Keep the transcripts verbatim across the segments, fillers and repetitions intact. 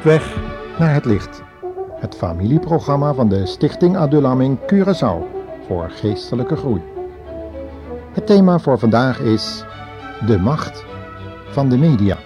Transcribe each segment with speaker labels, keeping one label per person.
Speaker 1: weg naar het licht. Het familieprogramma van de Stichting Adulam Curaçao voor geestelijke groei. Het thema voor vandaag is de macht van de media.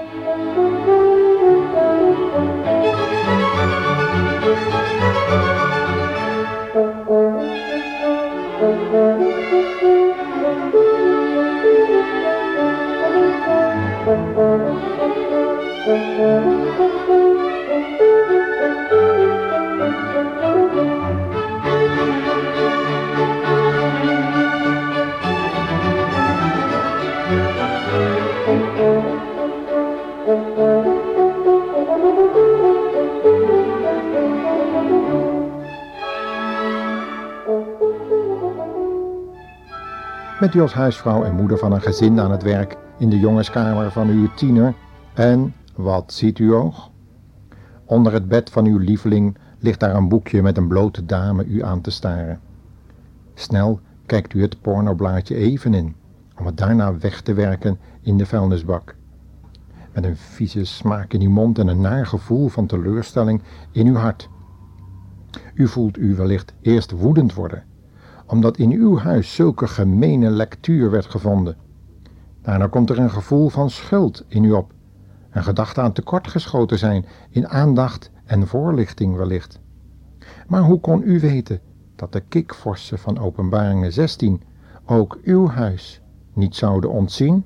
Speaker 1: Bent u als huisvrouw en moeder van een gezin aan het werk in de jongenskamer van uw tiener en wat ziet uw oog? Onder het bed van uw lieveling ligt daar een boekje met een blote dame u aan te staren. Snel kijkt u het pornoblaadje even in, om het daarna weg te werken in de vuilnisbak. Met een vieze smaak in uw mond en een naar gevoel van teleurstelling in uw hart. U voelt u wellicht eerst woedend worden, omdat in uw huis zulke gemene lectuur werd gevonden. Daarna komt er een gevoel van schuld in u op, een gedachte aan tekortgeschoten zijn in aandacht en voorlichting wellicht. Maar hoe kon u weten dat de kikvorsen van Openbaringen zestien ook uw huis niet zouden ontzien?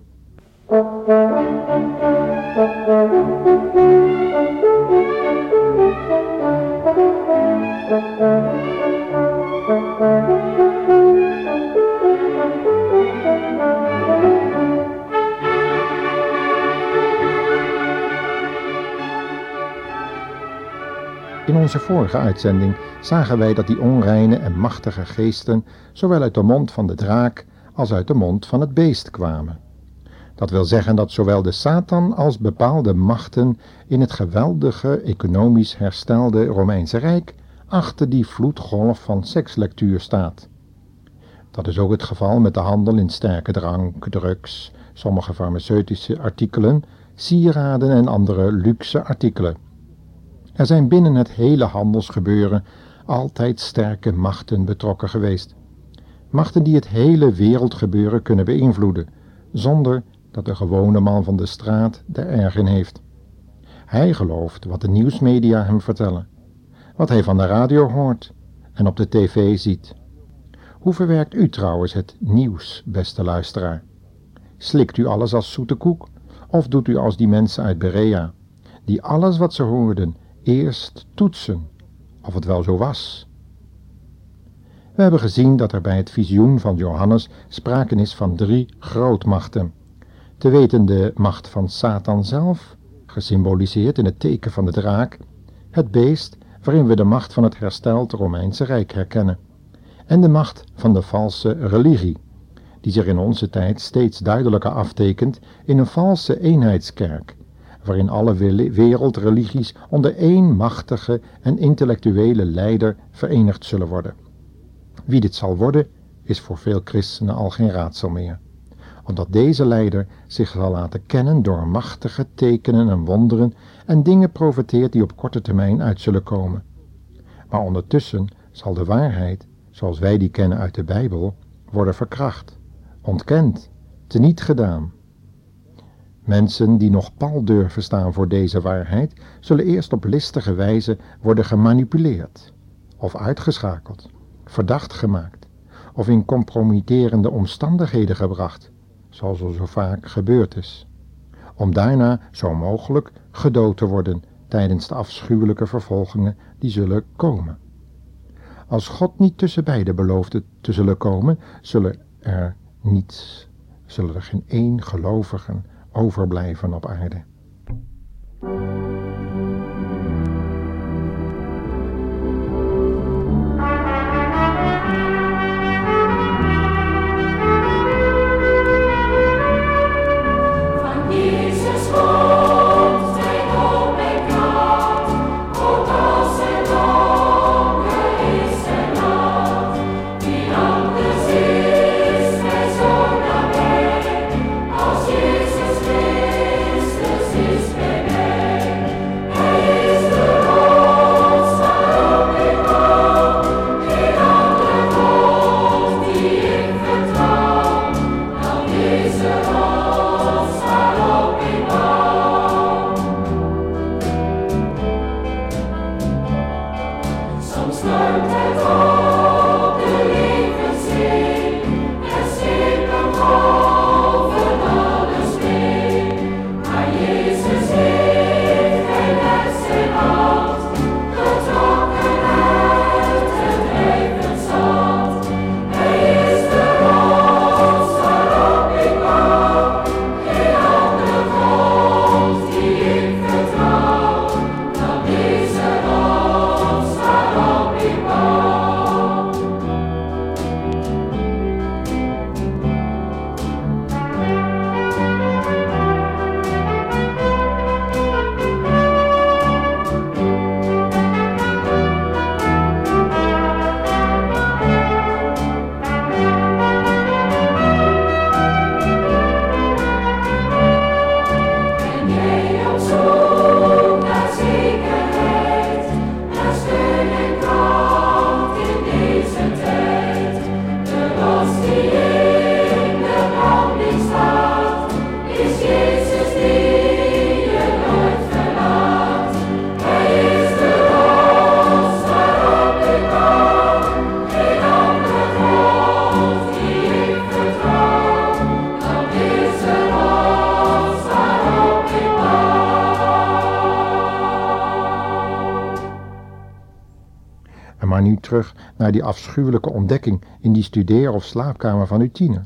Speaker 1: In onze vorige uitzending zagen wij dat die onreine en machtige geesten zowel uit de mond van de draak als uit de mond van het beest kwamen. Dat wil zeggen dat zowel de Satan als bepaalde machten in het geweldige, economisch herstelde Romeinse Rijk achter die vloedgolf van sekslectuur staat. Dat is ook het geval met de handel in sterke drank, drugs, sommige farmaceutische artikelen, sieraden en andere luxe artikelen. Er zijn binnen het hele handelsgebeuren altijd sterke machten betrokken geweest. Machten die het hele wereldgebeuren kunnen beïnvloeden, zonder dat de gewone man van de straat er erg in heeft. Hij gelooft wat de nieuwsmedia hem vertellen, wat hij van de radio hoort en op de tv ziet. Hoe verwerkt u trouwens het nieuws, beste luisteraar? Slikt u alles als zoete koek, of doet u als die mensen uit Berea, die alles wat ze hoorden eerst toetsen, of het wel zo was? We hebben gezien dat er bij het visioen van Johannes sprake is van drie grootmachten. Te weten de macht van Satan zelf, gesymboliseerd in het teken van de draak, het beest, waarin we de macht van het hersteld Romeinse Rijk herkennen, en de macht van de valse religie, die zich in onze tijd steeds duidelijker aftekent in een valse eenheidskerk, waarin alle wereldreligies onder één machtige en intellectuele leider verenigd zullen worden. Wie dit zal worden, is voor veel christenen al geen raadsel meer, omdat deze leider zich zal laten kennen door machtige tekenen en wonderen en dingen profeteert die op korte termijn uit zullen komen. Maar ondertussen zal de waarheid, zoals wij die kennen uit de Bijbel, worden verkracht, ontkend, teniet gedaan. Mensen die nog pal durven staan voor deze waarheid, zullen eerst op listige wijze worden gemanipuleerd, of uitgeschakeld, verdacht gemaakt, of in compromitterende omstandigheden gebracht, zoals al zo vaak gebeurd is, om daarna zo mogelijk gedood te worden tijdens de afschuwelijke vervolgingen die zullen komen. Als God niet tussen beiden beloofde te zullen komen, zullen er niets, zullen er geen één gelovigen overblijven op aarde.
Speaker 2: Als Jezus Christus is bij mij.
Speaker 1: Maar nu terug naar die afschuwelijke ontdekking in die studeer- of slaapkamer van uw tiener.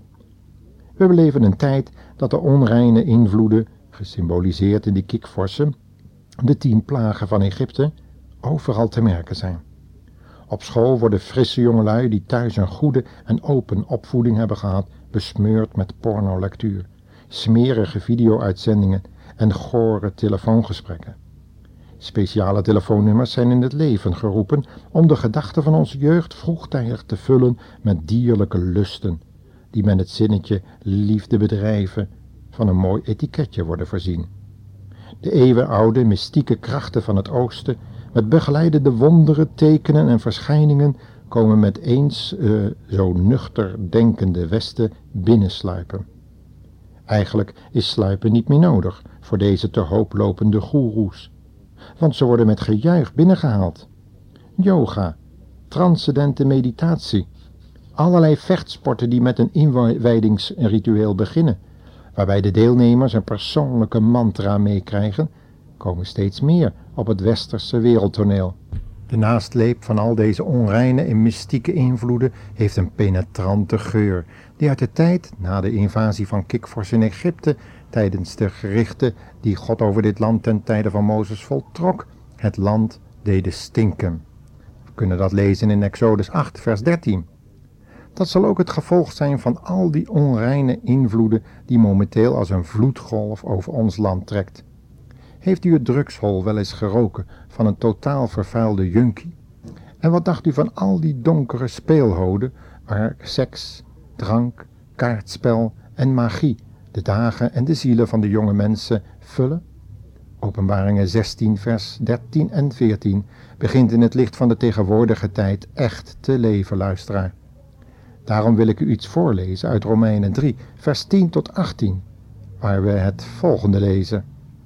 Speaker 1: We beleven een tijd dat de onreine invloeden, gesymboliseerd in die kikvorsen, de tien plagen van Egypte, overal te merken zijn. Op school worden frisse jongelui die thuis een goede en open opvoeding hebben gehad, besmeurd met pornolectuur, smerige video-uitzendingen en gore telefoongesprekken. Speciale telefoonnummers zijn in het leven geroepen om de gedachten van onze jeugd vroegtijdig te vullen met dierlijke lusten, die met het zinnetje liefde bedrijven van een mooi etiketje worden voorzien. De eeuwenoude mystieke krachten van het oosten, met begeleidende wonderen, tekenen en verschijningen, komen met eens uh, zo nuchter denkende westen binnensluipen. Eigenlijk is sluipen niet meer nodig voor deze te hoop lopende goeroes, want ze worden met gejuich binnengehaald. Yoga, transcendente meditatie, allerlei vechtsporten die met een inwijdingsritueel beginnen, waarbij de deelnemers een persoonlijke mantra meekrijgen, komen steeds meer op het westerse wereldtoneel. De nasleep van al deze onreine en mystieke invloeden heeft een penetrante geur, die uit de tijd na de invasie van Kikfors in Egypte, tijdens de gerichten die God over dit land ten tijde van Mozes voltrok, het land deden stinken. We kunnen dat lezen in Exodus acht, vers dertien. Dat zal ook het gevolg zijn van al die onreine invloeden die momenteel als een vloedgolf over ons land trekt. Heeft u het drugshol wel eens geroken van een totaal vervuilde junkie? En wat dacht u van al die donkere speelhoden waar seks, drank, kaartspel en magie de dagen en de zielen van de jonge mensen vullen? Openbaringen zestien vers dertien en veertien begint in het licht van de tegenwoordige tijd echt te leven, luisteraar. Daarom wil ik u iets voorlezen uit Romeinen drie vers tien tot achttien, waar we het volgende lezen.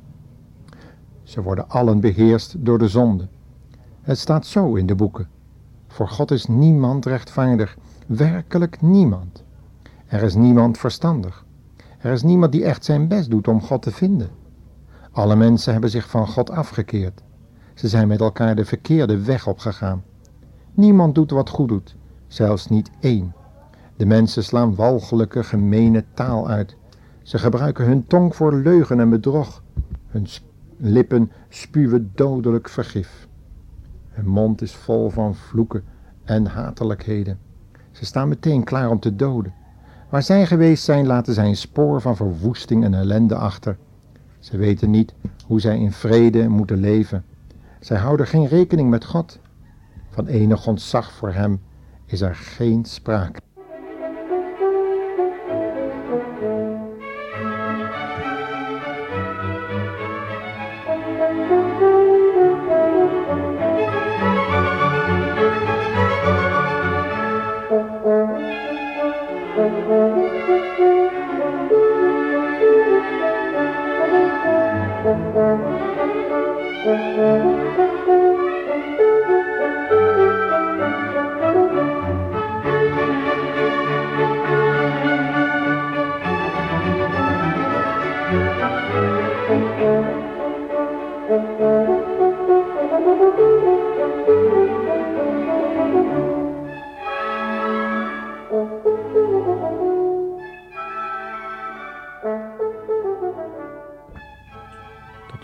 Speaker 1: Ze worden allen beheerst door de zonde. Het staat zo in de boeken. Voor God is niemand rechtvaardig, werkelijk niemand. Er is niemand verstandig. Er is niemand die echt zijn best doet om God te vinden. Alle mensen hebben zich van God afgekeerd. Ze zijn met elkaar de verkeerde weg opgegaan. Niemand doet wat goed doet, zelfs niet één. De mensen slaan walgelijke, gemene taal uit. Ze gebruiken hun tong voor leugen en bedrog. Hun lippen spuwen dodelijk vergif. Hun mond is vol van vloeken en hatelijkheden. Ze staan meteen klaar om te doden. Waar zij geweest zijn, laten zij een spoor van verwoesting en ellende achter. Ze weten niet hoe zij in vrede moeten leven. Zij houden geen rekening met God. Van enig ontzag voor hem is er geen sprake.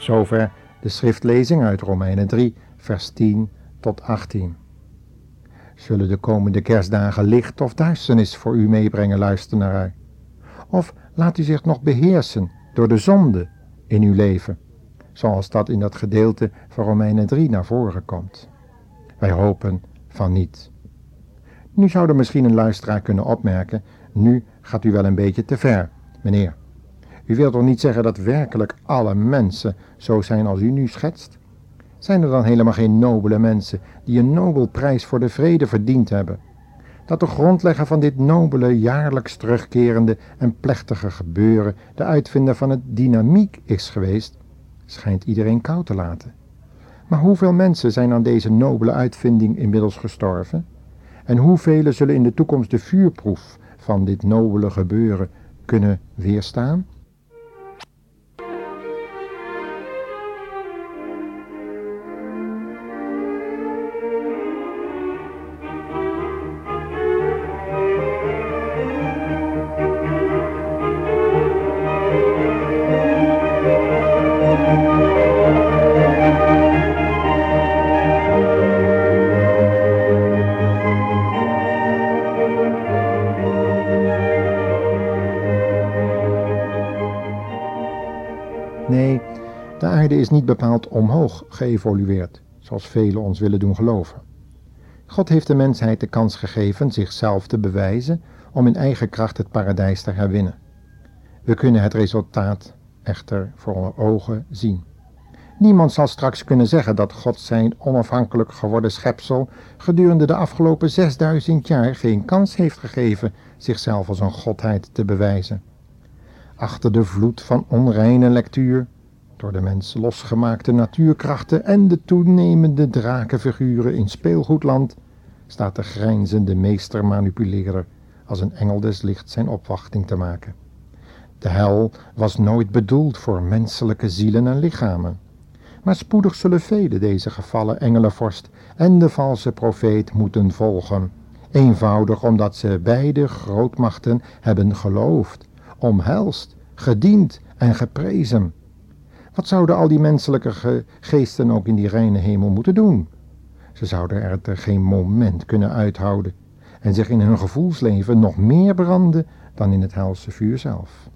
Speaker 1: zover de schriftlezing uit Romeinen drie, vers tien tot achttien. Zullen de komende kerstdagen licht of duisternis voor u meebrengen, luisteraar? Of laat u zich nog beheersen door de zonde in uw leven, zoals dat in dat gedeelte van Romeinen drie naar voren komt? Wij hopen van niet. Nu zou er misschien een luisteraar kunnen opmerken, nu gaat u wel een beetje te ver, meneer. U wilt toch niet zeggen dat werkelijk alle mensen zo zijn als u nu schetst? Zijn er dan helemaal geen nobele mensen die een Nobelprijs voor de vrede verdiend hebben? Dat de grondlegger van dit nobele, jaarlijks terugkerende en plechtige gebeuren de uitvinder van het dynamiek is geweest, schijnt iedereen koud te laten. Maar hoeveel mensen zijn aan deze nobele uitvinding inmiddels gestorven? En hoeveel zullen in de toekomst de vuurproef van dit nobele gebeuren kunnen weerstaan? Nee, de aarde is niet bepaald omhoog geëvolueerd, zoals velen ons willen doen geloven. God heeft de mensheid de kans gegeven zichzelf te bewijzen om in eigen kracht het paradijs te herwinnen. We kunnen het resultaat echter voor onze ogen zien. Niemand zal straks kunnen zeggen dat God zijn onafhankelijk geworden schepsel gedurende de afgelopen zesduizend jaar geen kans heeft gegeven zichzelf als een godheid te bewijzen. Achter de vloed van onreine lectuur, door de mens losgemaakte natuurkrachten en de toenemende drakenfiguren in speelgoedland, staat de grijnzende meestermanipuleerder als een engel des lichts zijn opwachting te maken. De hel was nooit bedoeld voor menselijke zielen en lichamen. Maar spoedig zullen velen deze gevallen engelenvorst en de valse profeet moeten volgen, eenvoudig omdat ze beide grootmachten hebben geloofd, omhelst, gediend en geprezen. Wat zouden al die menselijke ge- geesten ook in die reine hemel moeten doen? Ze zouden er er geen moment kunnen uithouden en zich in hun gevoelsleven nog meer branden dan in het helse vuur zelf.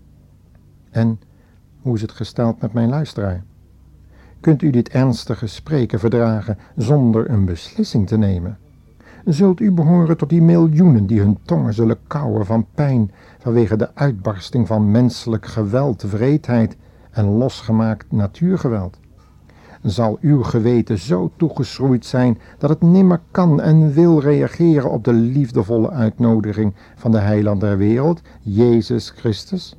Speaker 1: En hoe is het gesteld met mijn luisteraar? Kunt u dit ernstige spreken verdragen zonder een beslissing te nemen? Zult u behoren tot die miljoenen die hun tongen zullen kauwen van pijn vanwege de uitbarsting van menselijk geweld, wreedheid en losgemaakt natuurgeweld? Zal uw geweten zo toegeschroeid zijn dat het nimmer kan en wil reageren op de liefdevolle uitnodiging van de heiland der wereld, Jezus Christus?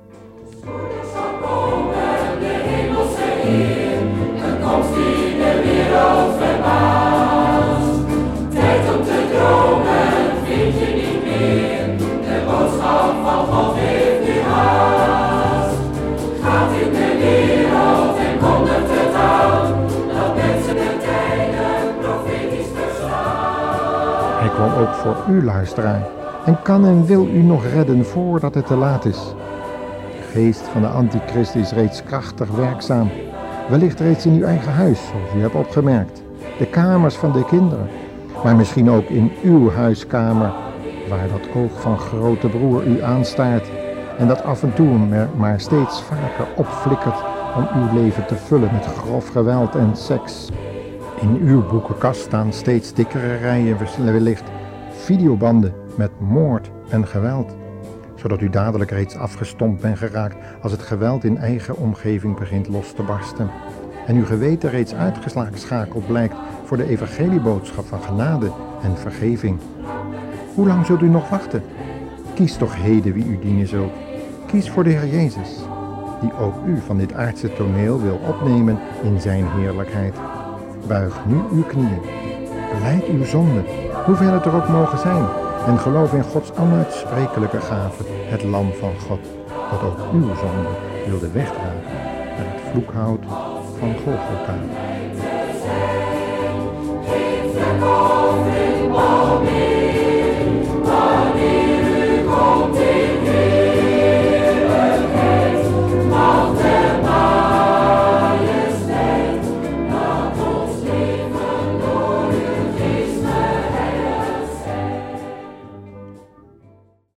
Speaker 1: Hij kwam ook voor u, luisteraar, en kan en wil u nog redden voordat het te laat is. De geest van de antichrist is reeds krachtig werkzaam, wellicht reeds in uw eigen huis, zoals u hebt opgemerkt, de kamers van de kinderen, maar misschien ook in uw huiskamer, waar dat oog van grote broer u aanstaart en dat af en toe maar steeds vaker opflikkert om uw leven te vullen met grof geweld en seks. In uw boekenkast staan steeds dikkere rijen, wellicht videobanden met moord en geweld, zodat u dadelijk reeds afgestompt bent geraakt als het geweld in eigen omgeving begint los te barsten en uw geweten reeds uitgeschakeld blijkt voor de evangelieboodschap van genade en vergeving. Hoe lang zult u nog wachten? Kies toch heden wie u dienen zult. Kies voor de Heer Jezus, die ook u van dit aardse toneel wil opnemen in zijn heerlijkheid. Buig nu uw knieën, belijd uw zonde, hoeveel het er ook mogen zijn, en geloof in Gods onuitsprekelijke gave, het lam van God, dat ook uw zonde wilde wegdragen naar het vloekhout van Golgotha.